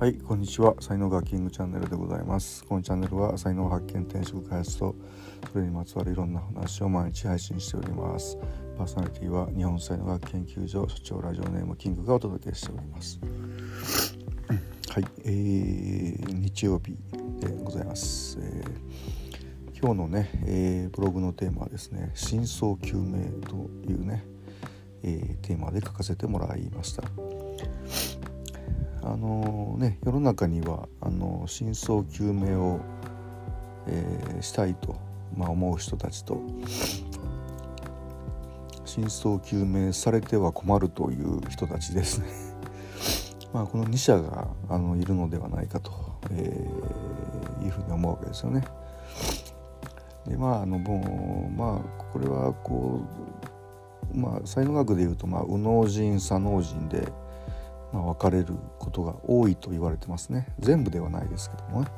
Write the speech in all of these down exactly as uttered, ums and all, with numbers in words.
はい、こんにちは。才能がキングチャンネルでございます。このチャンネルは才能発見、転職開発とそれにまつわるいろんな話を毎日配信しております。パーソナリティは日本才能学研究所所長ラジオネームキングがお届けしております。はい、えー、日曜日でございます。えー、今日のね、えー、ブログのテーマはですね、真相究明というね、えー、テーマで書かせてもらいました。あのね、世の中にはあの真相究明を、えー、したいと、まあ、思う人たちと、真相究明されては困るという人たちですねまあこのに社があのいるのではないかと、えー、いうふうに思うわけですよね。でまああのもうまあこれはこうまあ才能学でいうと、まあ、右脳人左脳人でまあ、分かれることが多いと言われてますね。全部ではないですけどもね。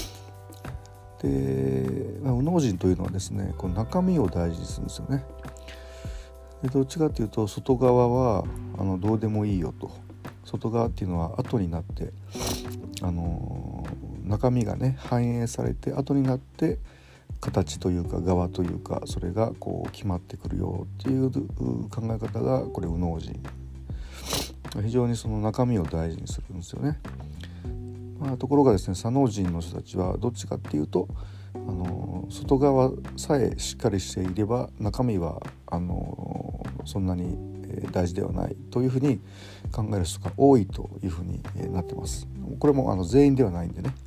で、まあ、右脳人というのはですね、この中身を大事にするんですよね。でどっちかというと外側はあのどうでもいいよと。外側っていうのは後になってあの中身がね反映されて後になって形というか側というかそれがこう決まってくるよっていう考え方がこれ右脳人。非常にその中身を大事にするんですよね。まあ、ところがですね、左脳人の人たちはどっちかっていうとあの外側さえしっかりしていれば中身はあのそんなに大事ではないというふうに考える人が多いというふうになってます。これもあの全員ではないんでね、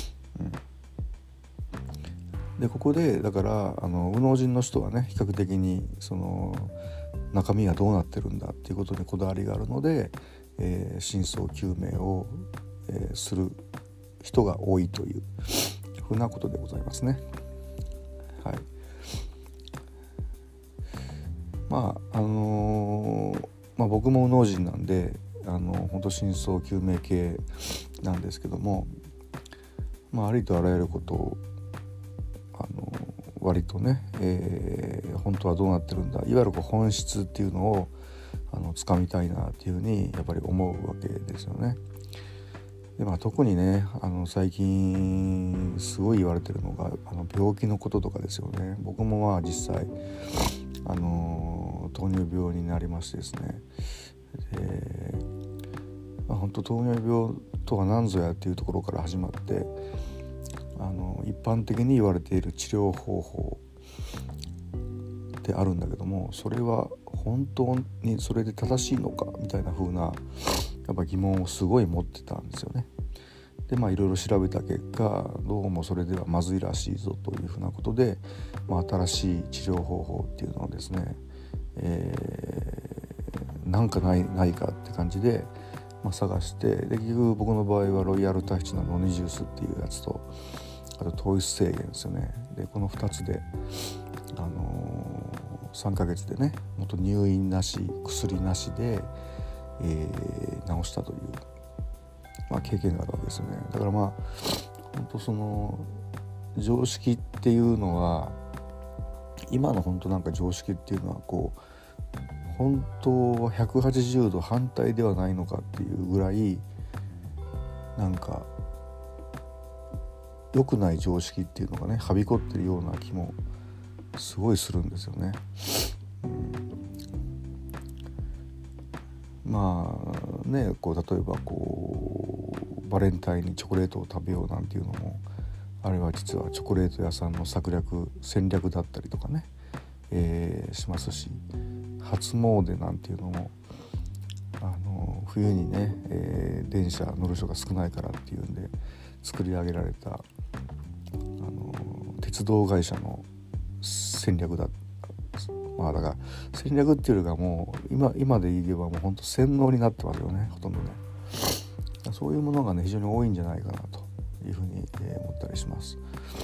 うん、でここでだからあの右脳人の人はね比較的にその中身がどうなってるんだっていうことにこだわりがあるので、えー、真相究明を、えー、する人が多いというふうなことでございますね。はい。まああのー、まあ僕も右脳人なんであの本当真相究明系なんですけども、まあありとあらゆることをあの割とね、えー、本当はどうなってるんだ、いわゆるこう本質っていうのをあの掴みたいなっていうふうにやっぱり思うわけですよね。で、まあ、特にねあの最近すごい言われてるのがあの病気のこととかですよね。僕もまあ実際あの糖尿病になりましてですね、で、まあ、本当糖尿病とは何ぞやっていうところから始まってあの一般的に言われている治療方法であるんだけども、それは本当にそれで正しいのかみたいな風なやっぱ疑問をすごい持ってたんですよね。でまあいろいろ調べた結果どうもそれではまずいらしいぞというふうなことで、まあ、新しい治療方法っていうのをですね、えー、なんかないないかって感じで、まあ、探してで結局僕の場合はロイヤルタヒチのノニジュースっていうやつとあと糖質制限ですよね。でこのふたつで、あのー、さんかげつでねもっと入院なし薬なしで、えー、治したという、まあ、経験があるわけですよね。だからまあ本当その常識っていうのは今の本当なんか常識っていうのはこう本当はひゃくはちじゅうど反対ではないのかっていうぐらいなんか良くない常識っていうのがねはびこってるような気もすごいするんですよね。うん、まあねこう例えばこうバレンタインにチョコレートを食べようなんていうのもあれは実はチョコレート屋さんの策略戦略だったりとかね、えー、しますし、初詣なんていうのもあの冬にね、えー、電車乗る人が少ないからっていうんで作り上げられたあの鉄道会社の戦略だ。まあだから戦略っていうよりかもう今今で言えばもう本当洗脳になってますよね、ほとんどね。そういうものがね非常に多いんじゃないかなというふうに、えー、思ったりします。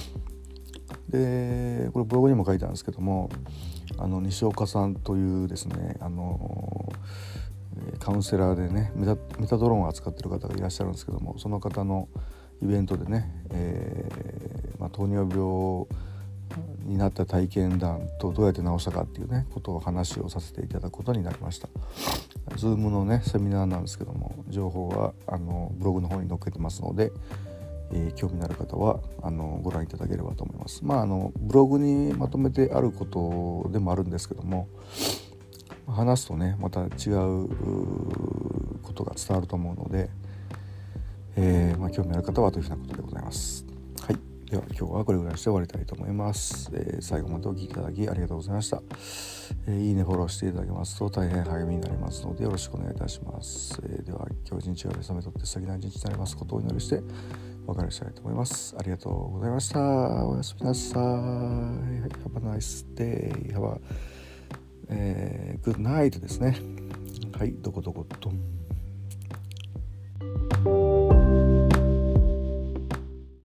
でこれブログにも書いたんですけども、あの西岡さんというですねあのカウンセラーでねメタ、メタドローンを扱っている方がいらっしゃるんですけども、その方のイベントでね、えーまあ、糖尿病になった体験談とどうやって直したかっていうねことを話をさせていただくことになりました。 Zoom のねセミナーなんですけども、情報はあのブログの方に載っけてますので、えー、興味のある方はあのご覧いただければと思います。まああのブログにまとめてあることでもあるんですけども、話すとねまた違うことが伝わると思うので、えーまあ、興味ある方はというふうなことでございます。はい、では今日はこれぐらいにして終わりたいと思います。えー、最後までお聞きいただきありがとうございました。えー、いいねフォローしていただけますと大変励みになりますのでよろしくお願いいたします。えー、では今日一日が皆様にとって素敵な一日になりますことをお祈りしてお別れしたいと思います。ありがとうございました。おやすみなさい。Have a nice day. Have a、えー、good night ですね。はい、どこどことん。